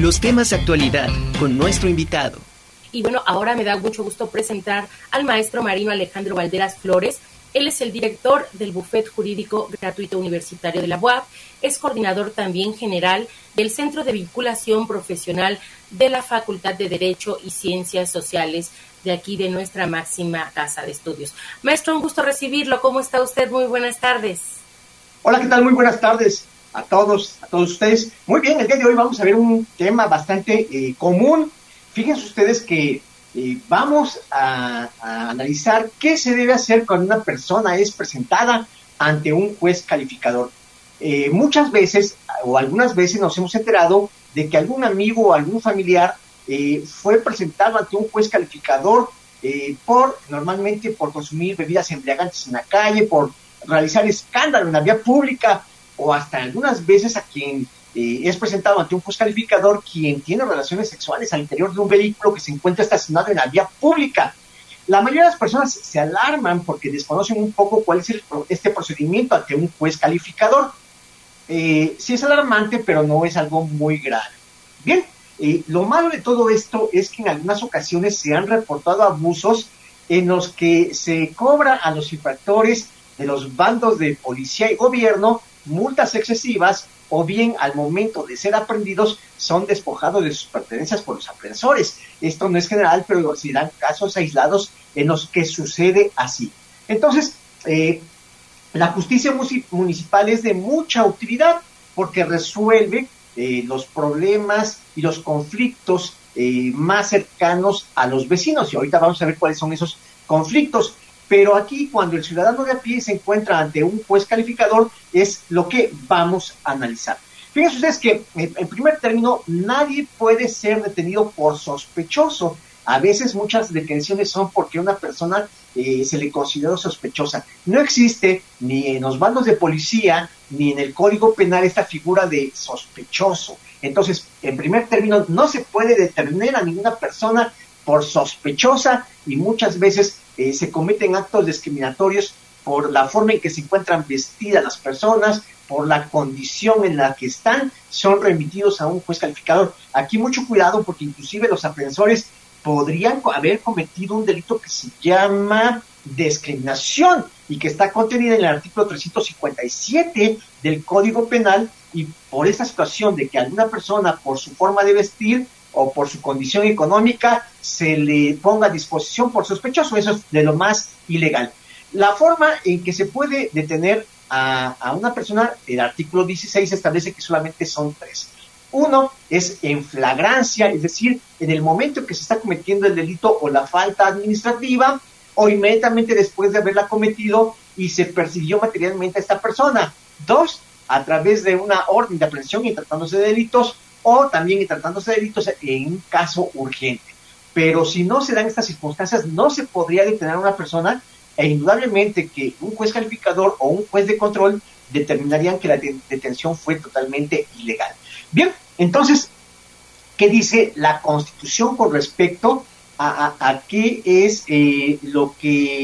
Los temas de actualidad con nuestro invitado. Y bueno, ahora me da mucho gusto presentar al maestro marino Alejandro Valderas Flores. Él es el director del Bufete Jurídico Gratuito Universitario de la UAP, es coordinador también general del Centro de Vinculación Profesional de la Facultad de Derecho y Ciencias Sociales de aquí de nuestra máxima casa de estudios. Maestro, un gusto recibirlo. ¿Cómo está usted? Muy buenas tardes. Hola, ¿qué tal? Muy buenas tardes a todos ustedes. Muy bien, el día de hoy vamos a ver un tema bastante común. Fíjense ustedes que vamos a analizar qué se debe hacer cuando una persona es presentada ante un juez calificador. Muchas veces o algunas veces nos hemos enterado de que algún amigo o algún familiar fue presentado ante un juez calificador normalmente por consumir bebidas embriagantes en la calle, por realizar escándalo en la vía pública, o hasta algunas veces a quien es presentado ante un juez calificador quien tiene relaciones sexuales al interior de un vehículo que se encuentra estacionado en la vía pública. La mayoría de las personas se alarman porque desconocen un poco cuál es este procedimiento ante un juez calificador. Sí es alarmante, pero no es algo muy grave. Bien, lo malo de todo esto es que en algunas ocasiones se han reportado abusos en los que se cobra a los infractores de los bandos de policía y gobierno multas excesivas, o bien al momento de ser aprendidos son despojados de sus pertenencias por los aprensores. Esto no es general, pero se dan casos aislados en los que sucede así. Entonces, la justicia municipal es de mucha utilidad porque resuelve los problemas y los conflictos más cercanos a los vecinos, y ahorita vamos a ver cuáles son esos conflictos. Pero aquí, cuando el ciudadano de a pie se encuentra ante un juez calificador, es lo que vamos a analizar. Fíjense ustedes que, en primer término, nadie puede ser detenido por sospechoso. A veces muchas detenciones son porque una persona se le considera sospechosa. No existe ni en los bandos de policía ni en el Código Penal esta figura de sospechoso. Entonces, en primer término, no se puede detener a ninguna persona por sospechosa, y muchas veces se cometen actos discriminatorios por la forma en que se encuentran vestidas las personas, por la condición en la que están, son remitidos a un juez calificador. Aquí mucho cuidado, porque inclusive los aprensores podrían haber cometido un delito que se llama discriminación y que está contenido en el artículo 357 del Código Penal, y por esta situación de que alguna persona, por su forma de vestir o por su condición económica, se le ponga a disposición por sospechoso. Eso es de lo más ilegal. La forma en que se puede detener a una persona, el artículo 16 establece que solamente son tres. Uno es en flagrancia, es decir, en el momento en que se está cometiendo el delito o la falta administrativa, o inmediatamente después de haberla cometido y se persiguió materialmente a esta persona. Dos, a través de una orden de aprehensión y tratándose de delitos, o también y tratándose de delitos en un caso urgente. Pero si no se dan estas circunstancias, no se podría detener a una persona, e indudablemente que un juez calificador o un juez de control determinarían que la detención fue totalmente ilegal. Bien, entonces, ¿qué dice la Constitución con respecto a qué es lo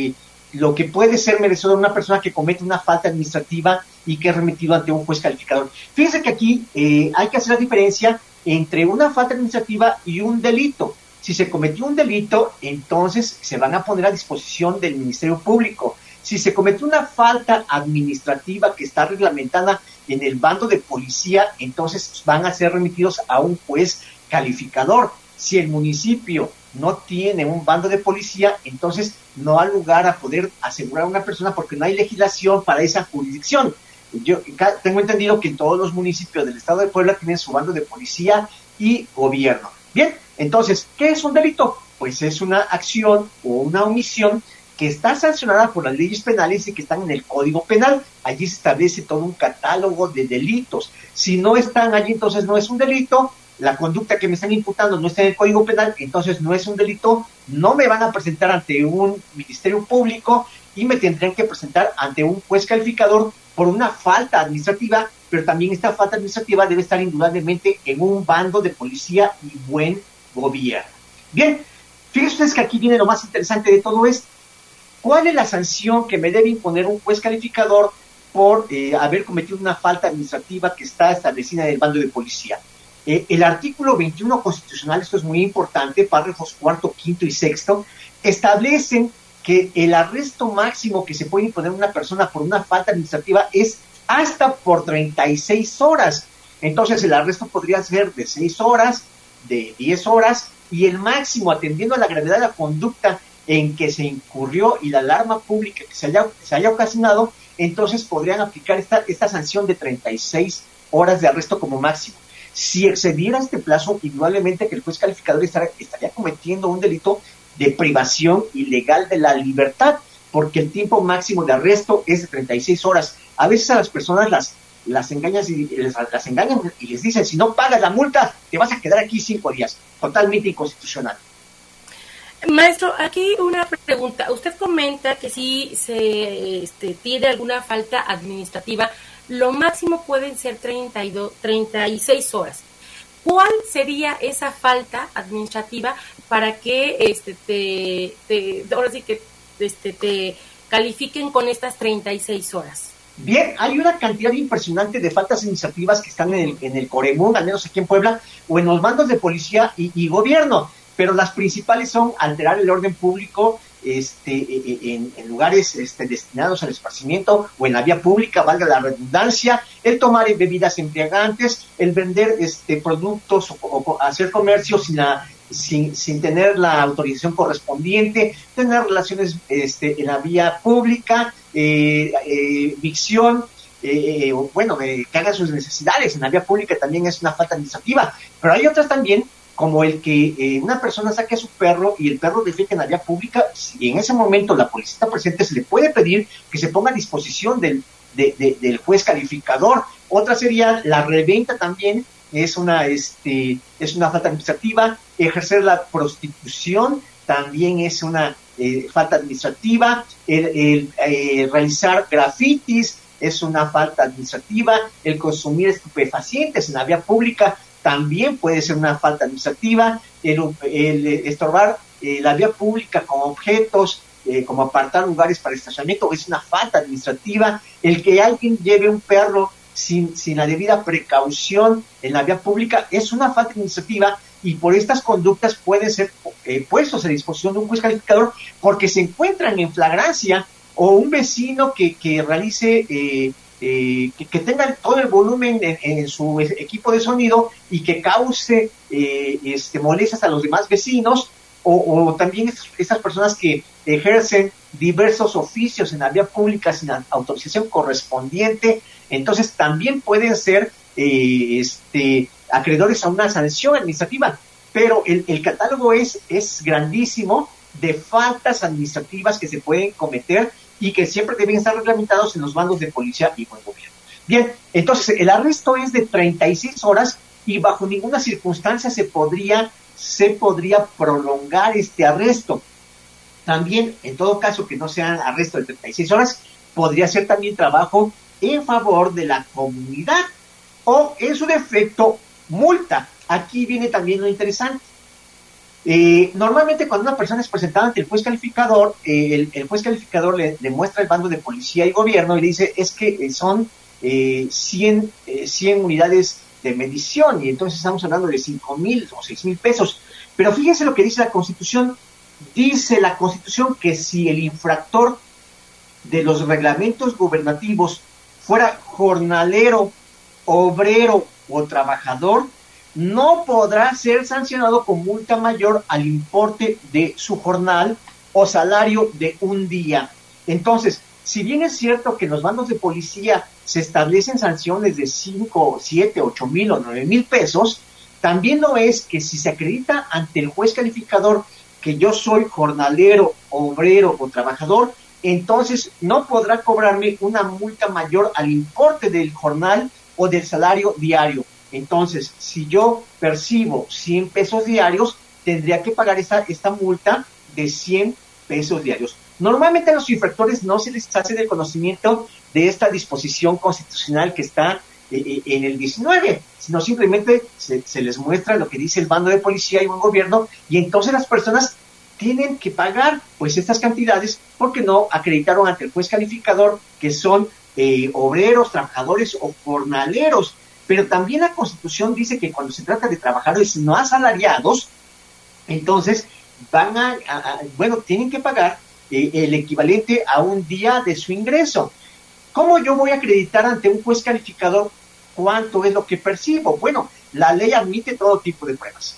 que puede ser merecedor de una persona que comete una falta administrativa y que es remitido ante un juez calificador? Fíjense que aquí hay que hacer la diferencia entre una falta administrativa y un delito. Si se cometió un delito, entonces se van a poner a disposición del Ministerio Público. Si se cometió una falta administrativa que está reglamentada en el bando de policía, entonces van a ser remitidos a un juez calificador. Si el municipio no tiene un bando de policía, entonces no hay lugar a poder asegurar a una persona porque no hay legislación para esa jurisdicción. Yo tengo entendido que en todos los municipios del estado de Puebla tienen su bando de policía y gobierno. Bien, entonces, ¿qué es un delito? Pues es una acción o una omisión que está sancionada por las leyes penales y que están en el Código Penal. Allí se establece todo un catálogo de delitos. Si no están allí, entonces no es un delito. La conducta que me están imputando no está en el Código Penal, entonces no es un delito. No me van a presentar ante un Ministerio Público y me tendrían que presentar ante un juez calificador por una falta administrativa, pero también esta falta administrativa debe estar indudablemente en un bando de policía y buen gobierno. Bien, fíjense ustedes que aquí viene lo más interesante de todo esto. ¿Cuál es la sanción que me debe imponer un juez calificador por haber cometido una falta administrativa que está establecida en el bando de policía? El artículo 21 constitucional, esto es muy importante, párrafos cuarto, quinto y sexto, establecen que el arresto máximo que se puede imponer a una persona por una falta administrativa es hasta por 36 horas. Entonces el arresto podría ser de 6 horas, de 10 horas, y el máximo, atendiendo a la gravedad de la conducta en que se incurrió y la alarma pública que se haya ocasionado, entonces podrían aplicar esta sanción de 36 horas de arresto como máximo. Si excediera este plazo, indudablemente que el juez calificador estaría cometiendo un delito de privación ilegal de la libertad, porque el tiempo máximo de arresto es de 36 horas. A veces a las personas las engañan y les dicen, si no pagas la multa, te vas a quedar aquí 5 días. Totalmente inconstitucional. Maestro, aquí una pregunta. Usted comenta que si se tiene alguna falta administrativa, lo máximo pueden ser 36 horas. ¿Cuál sería esa falta administrativa para que ahora sí que te califiquen con estas 36 horas? Bien, hay una cantidad impresionante de faltas administrativas que están en el Coremún, al menos aquí en Puebla, o en los mandos de policía y gobierno, pero las principales son alterar el orden público en lugares destinados al esparcimiento o en la vía pública, valga la redundancia, el tomar bebidas embriagantes, el vender productos o hacer comercio sin tener la autorización correspondiente, tener relaciones en la vía pública, vicción, que hagan sus necesidades en la vía pública también es una falta administrativa, pero hay otras también, como el que una persona saque a su perro y el perro defeque en la vía pública, y en ese momento la policía está presente, se le puede pedir que se ponga a disposición del juez calificador. Otra sería la reventa también, es una falta administrativa. Ejercer la prostitución también es una falta administrativa. El realizar grafitis es una falta administrativa. El consumir estupefacientes en la vía pública también puede ser una falta administrativa. El estorbar la vía pública con objetos, como apartar lugares para estacionamiento, es una falta administrativa. El que alguien lleve un perro sin la debida precaución en la vía pública es una falta administrativa, y por estas conductas pueden ser puestos a disposición de un juez calificador porque se encuentran en flagrancia, o un vecino que realice que tenga todo el volumen en su equipo de sonido y que cause molestias a los demás vecinos, o también esas personas que ejercen diversos oficios en la vía pública sin la autorización correspondiente, entonces también pueden ser acreedores a una sanción administrativa. Pero el catálogo es grandísimo de faltas administrativas que se pueden cometer y que siempre deben estar reglamentados en los mandos de policía y buen gobierno. Bien, entonces el arresto es de 36 horas y bajo ninguna circunstancia se podría prolongar este arresto. También, en todo caso que no sea arresto de 36 horas, podría ser también trabajo en favor de la comunidad o, en su defecto, multa. Aquí viene también lo interesante. Normalmente cuando una persona es presentada ante el juez calificador, el juez calificador le muestra el bando de policía y gobierno y le dice, es que son 100 unidades de medición, y entonces estamos hablando de 5,000 o 6,000 pesos. Pero fíjense lo que dice la Constitución. Dice la Constitución que si el infractor de los reglamentos gubernativos fuera jornalero, obrero o trabajador, no podrá ser sancionado con multa mayor al importe de su jornal o salario de un día. Entonces, si bien es cierto que en los bandos de policía se establecen sanciones de 5, 7, 8,000 o 9,000 pesos, también lo es que si se acredita ante el juez calificador que yo soy jornalero, obrero o trabajador, entonces no podrá cobrarme una multa mayor al importe del jornal o del salario diario. Entonces, si yo percibo 100 pesos diarios, tendría que pagar esta multa de 100 pesos diarios. Normalmente a los infractores no se les hace el conocimiento de esta disposición constitucional que está en el 19, sino simplemente se les muestra lo que dice el bando de policía y buen gobierno, y entonces las personas tienen que pagar pues estas cantidades porque no acreditaron ante el juez calificador que son obreros, trabajadores o jornaleros. pero también la Constitución dice que cuando se trata de trabajadores no asalariados, entonces tienen que pagar el equivalente a un día de su ingreso. ¿Cómo yo voy a acreditar ante un juez calificador cuánto es lo que percibo? Bueno, la ley admite todo tipo de pruebas.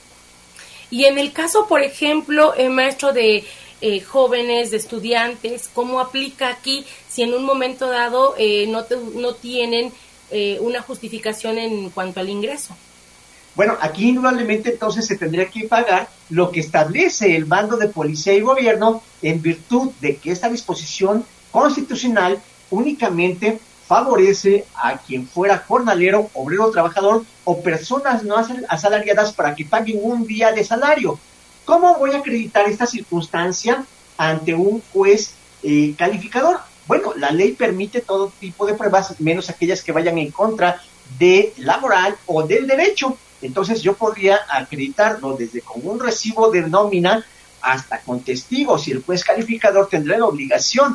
Y en el caso, por ejemplo, maestro, de jóvenes, de estudiantes, ¿cómo aplica aquí si en un momento dado no tienen una justificación en cuanto al ingreso? Bueno, aquí indudablemente entonces se tendría que pagar lo que establece el bando de policía y gobierno, en virtud de que esta disposición constitucional únicamente favorece a quien fuera jornalero, obrero, trabajador o personas no asalariadas para que paguen un día de salario. ¿Cómo voy a acreditar esta circunstancia ante un juez calificador? Bueno, la ley permite todo tipo de pruebas, menos aquellas que vayan en contra de la moral o del derecho. Entonces yo podría acreditarlo desde con un recibo de nómina hasta con testigos, y el juez calificador tendrá la obligación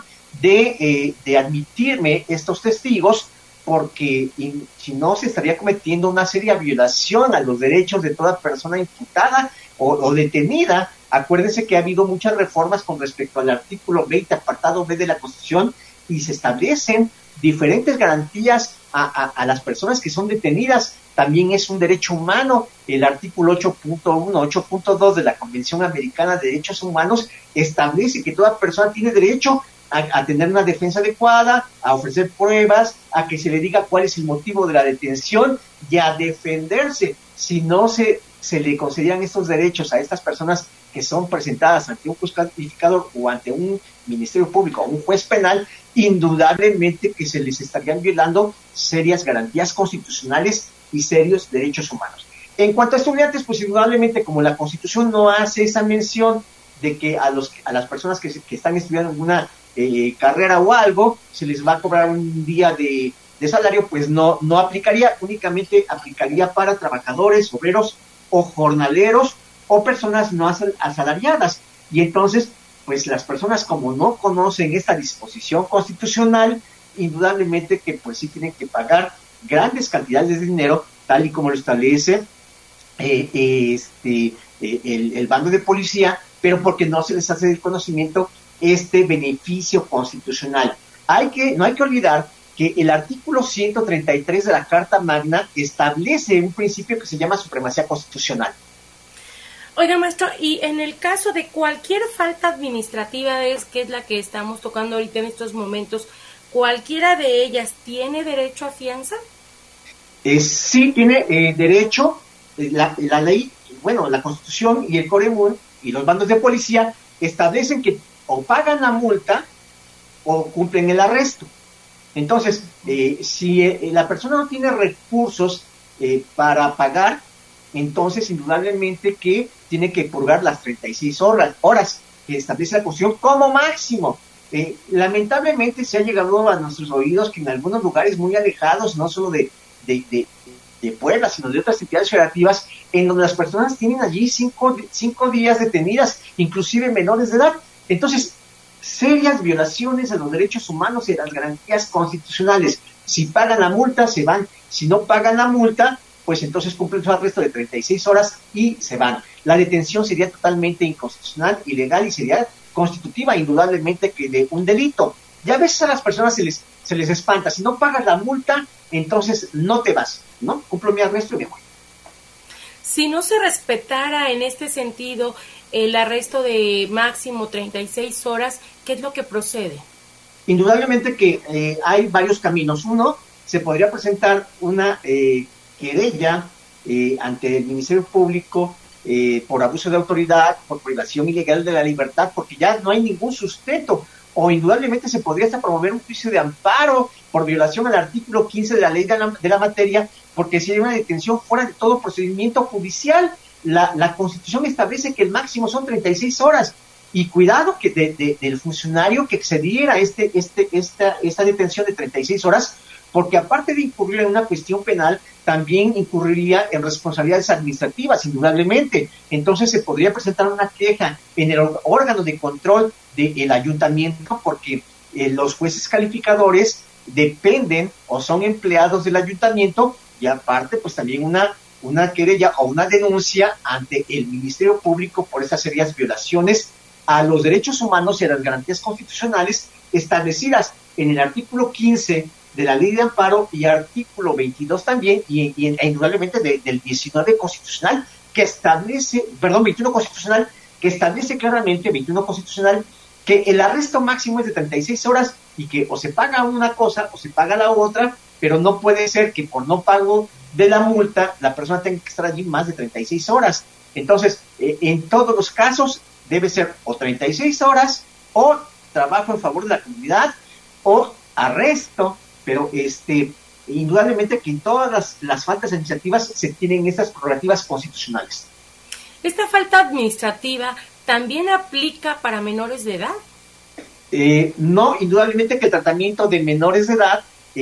de admitirme estos testigos, porque si no se estaría cometiendo una seria violación a los derechos de toda persona imputada o detenida. Acuérdense que ha habido muchas reformas con respecto al artículo 20, apartado B de la Constitución, y se establecen diferentes garantías a las personas que son detenidas. También es un derecho humano. El artículo 8.1, 8.2 de la Convención Americana de Derechos Humanos establece que toda persona tiene derecho a tener una defensa adecuada, a ofrecer pruebas, a que se le diga cuál es el motivo de la detención y a defenderse. Si no se le concedieran estos derechos a estas personas que son presentadas ante un juez calificador o ante un ministerio público o un juez penal, indudablemente que se les estarían violando serias garantías constitucionales y serios derechos humanos. En cuanto a estudiantes, pues indudablemente, como la Constitución no hace esa mención de que a las personas que están estudiando alguna carrera o algo, se les va a cobrar un día de salario, pues no aplicaría, únicamente aplicaría para trabajadores, obreros o jornaleros o personas no asalariadas. Y entonces, pues las personas, como no conocen esta disposición constitucional, indudablemente que pues sí tienen que pagar grandes cantidades de dinero, tal y como lo establece el bando de policía, pero porque no se les hace del conocimiento este beneficio constitucional. No hay que olvidar que el artículo 133 de la Carta Magna establece un principio que se llama supremacía constitucional. Oiga, maestro, y en el caso de cualquier falta administrativa, que es la que estamos tocando ahorita en estos momentos, ¿cualquiera de ellas tiene derecho a fianza? Sí tiene derecho. La ley, bueno, la Constitución y el Coremún y los bandos de policía establecen que o pagan la multa o cumplen el arresto. Entonces, si la persona no tiene recursos para pagar, entonces indudablemente que tiene que purgar las 36 horas que establece la Constitución como máximo. Lamentablemente se ha llegado a nuestros oídos que en algunos lugares muy alejados, no solo de Puebla, sino de otras entidades federativas, en donde las personas tienen allí cinco días detenidas, inclusive menores de edad. Entonces, serias violaciones a los derechos humanos y a las garantías constitucionales. Si pagan la multa, se van. Si no pagan la multa, pues entonces cumplen su arresto de 36 horas y se van. La detención sería totalmente inconstitucional, ilegal, y sería constitutiva indudablemente que de un delito. Ya a veces a las personas se les espanta. Si no pagas la multa, entonces no te vas, ¿no? Cumplo mi arresto y me voy. Si no se respetara en este sentido el arresto de máximo 36 horas, ¿qué es lo que procede? Indudablemente que hay varios caminos. Uno, se podría presentar una querella ante el Ministerio Público por abuso de autoridad, por privación ilegal de la libertad, porque ya no hay ningún sustento. O indudablemente se podría hasta promover un juicio de amparo por violación al artículo 15 de la ley de la materia, porque si hay una detención fuera de todo procedimiento judicial. La Constitución establece que el máximo son 36 horas, y cuidado que del funcionario que excediera esta detención de 36 horas, porque aparte de incurrir en una cuestión penal, también incurriría en responsabilidades administrativas, indudablemente. Entonces se podría presentar una queja en el órgano de control del ayuntamiento, porque los jueces calificadores dependen o son empleados del ayuntamiento y aparte pues también una querella o una denuncia ante el Ministerio Público por estas serias violaciones a los derechos humanos y a las garantías constitucionales establecidas en el artículo 15 de la Ley de Amparo y artículo 22 también, e indudablemente del 19 constitucional, que establece, 21 constitucional, que establece claramente, 21 constitucional, que el arresto máximo es de 36 horas y que o se paga una cosa o se paga la otra, pero no puede ser que por no pago de la multa la persona tenga que estar allí más de 36 horas. Entonces, en todos los casos debe ser o 36 horas o trabajo en favor de la comunidad o arresto, pero indudablemente que en todas las faltas administrativas se tienen estas prerrogativas constitucionales. ¿Esta falta administrativa también aplica para menores de edad? No, indudablemente que el tratamiento de menores de edad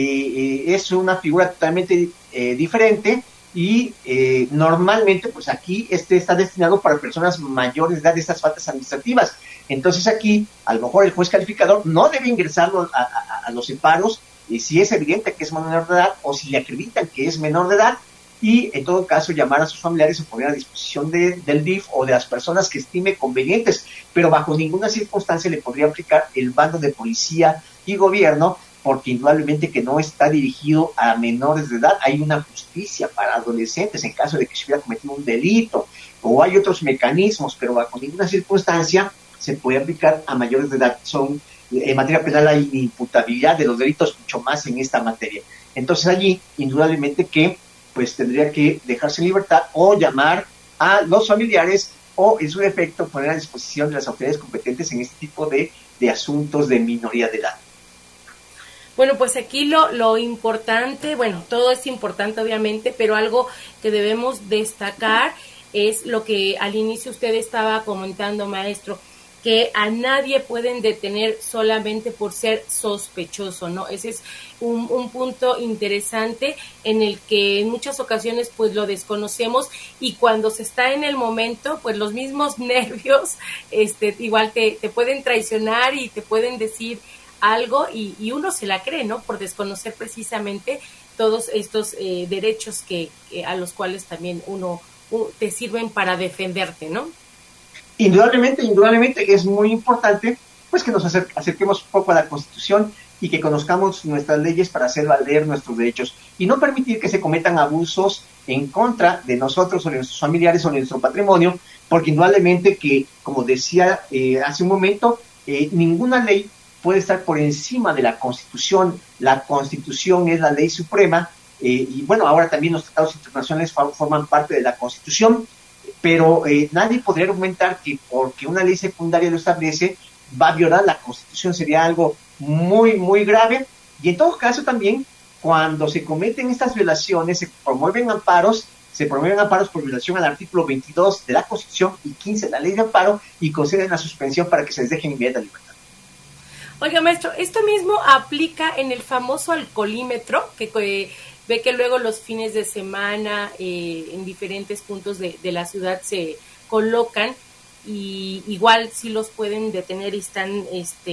es una figura totalmente diferente y normalmente pues aquí está destinado para personas mayores de edad de estas faltas administrativas. Entonces aquí a lo mejor el juez calificador no debe ingresarlo a los separos si es evidente que es menor de edad o si le acreditan que es menor de edad, y en todo caso llamar a sus familiares o poner a disposición del DIF o de las personas que estime convenientes, pero bajo ninguna circunstancia le podría aplicar el bando de policía y gobierno, porque indudablemente que no está dirigido a menores de edad. Hay una justicia para adolescentes en caso de que se hubiera cometido un delito, o hay otros mecanismos, pero bajo ninguna circunstancia se puede aplicar a mayores de edad. En materia penal hay imputabilidad de los delitos mucho más en esta materia. Entonces allí, indudablemente que pues tendría que dejarse en libertad o llamar a los familiares o, en su defecto, poner a disposición de las autoridades competentes en este tipo de asuntos de minoría de edad. Bueno, pues aquí lo importante, bueno, todo es importante obviamente, pero algo que debemos destacar es lo que al inicio usted estaba comentando, maestro, que a nadie pueden detener solamente por ser sospechoso, ¿no? Ese es un punto interesante en el que en muchas ocasiones pues lo desconocemos, y cuando se está en el momento, pues los mismos nervios igual te pueden traicionar y te pueden decir algo y uno se la cree, ¿no? Por desconocer precisamente todos estos derechos que a los cuales también te sirven para defenderte, ¿no? Indudablemente es muy importante pues que nos acerquemos un poco a la Constitución y que conozcamos nuestras leyes para hacer valer nuestros derechos y no permitir que se cometan abusos en contra de nosotros o de nuestros familiares o de nuestro patrimonio, porque indudablemente que, como decía hace un momento, ninguna ley puede estar por encima de la Constitución. La Constitución es la ley suprema, y bueno, ahora también los tratados internacionales forman parte de la Constitución, pero nadie podría argumentar que porque una ley secundaria lo establece va a violar la Constitución. Sería algo muy, muy grave. Y en todo caso también, cuando se cometen estas violaciones, se promueven amparos por violación al artículo 22 de la Constitución y 15 de la Ley de Amparo, y conceden la suspensión para que se les deje en inmediata libertad. Oiga, maestro, esto mismo aplica en el famoso alcoholímetro que ve que luego los fines de semana en diferentes puntos de la ciudad se colocan, y igual sí los pueden detener y están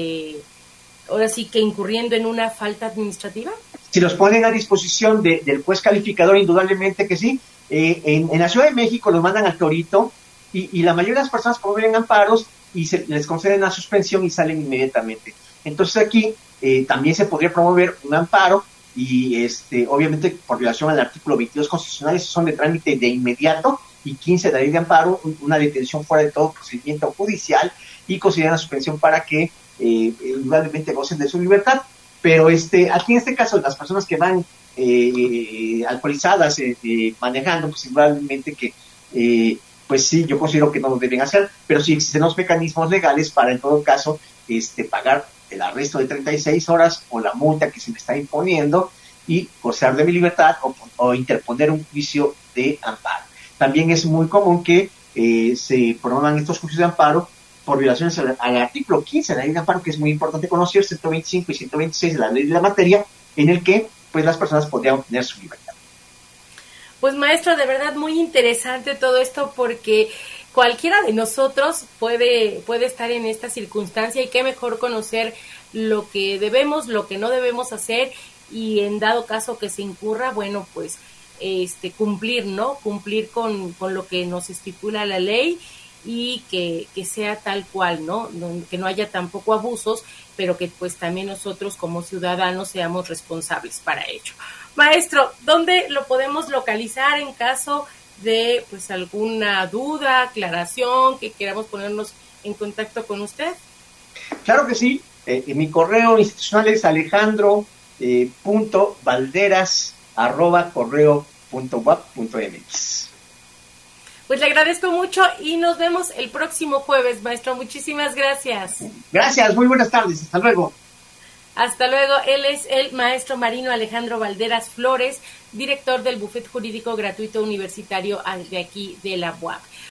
ahora sí que incurriendo en una falta administrativa. Si los ponen a disposición del juez calificador, indudablemente que sí. En la Ciudad de México los mandan al Torito, y la mayoría de las personas promueven amparos y les conceden la suspensión y salen inmediatamente. Entonces aquí también se podría promover un amparo, y obviamente por violación al artículo 22 constitucional, esos son de trámite de inmediato, y 15 de la Ley de Amparo, una detención fuera de todo procedimiento judicial, y consideran la suspensión para que indudablemente gocen de su libertad. Pero aquí en este caso las personas que van alcoholizadas manejando, pues indudablemente que pues sí, yo considero que no lo deben hacer, pero sí existen los mecanismos legales para en todo caso pagar el arresto de 36 horas o la multa que se me está imponiendo y gozar de mi libertad o interponer un juicio de amparo. También es muy común que se promuevan estos juicios de amparo por violaciones al artículo 15 de la Ley de Amparo, que es muy importante conocer, 125 y 126 de la ley de la materia, en el que pues las personas podrían obtener su libertad. Pues maestro, de verdad muy interesante todo esto, porque cualquiera de nosotros puede estar en esta circunstancia, y qué mejor conocer lo que debemos, lo que no debemos hacer, y en dado caso que se incurra, bueno, pues cumplir, ¿no? Cumplir con lo que nos estipula la ley y que sea tal cual, ¿no? Que no haya tampoco abusos, pero que pues también nosotros como ciudadanos seamos responsables para ello. Maestro, ¿dónde lo podemos localizar en caso de pues alguna duda, aclaración, que queramos ponernos en contacto con usted? Claro que sí. Mi correo institucional es alejandro.valderas@correo.wap.mx. Pues le agradezco mucho y nos vemos el próximo jueves, maestro. Muchísimas gracias. Gracias, muy buenas tardes. Hasta luego. Hasta luego. Él es el maestro marino Alejandro Valderas Flores, director del Bufete Jurídico Gratuito Universitario de aquí de la UAP.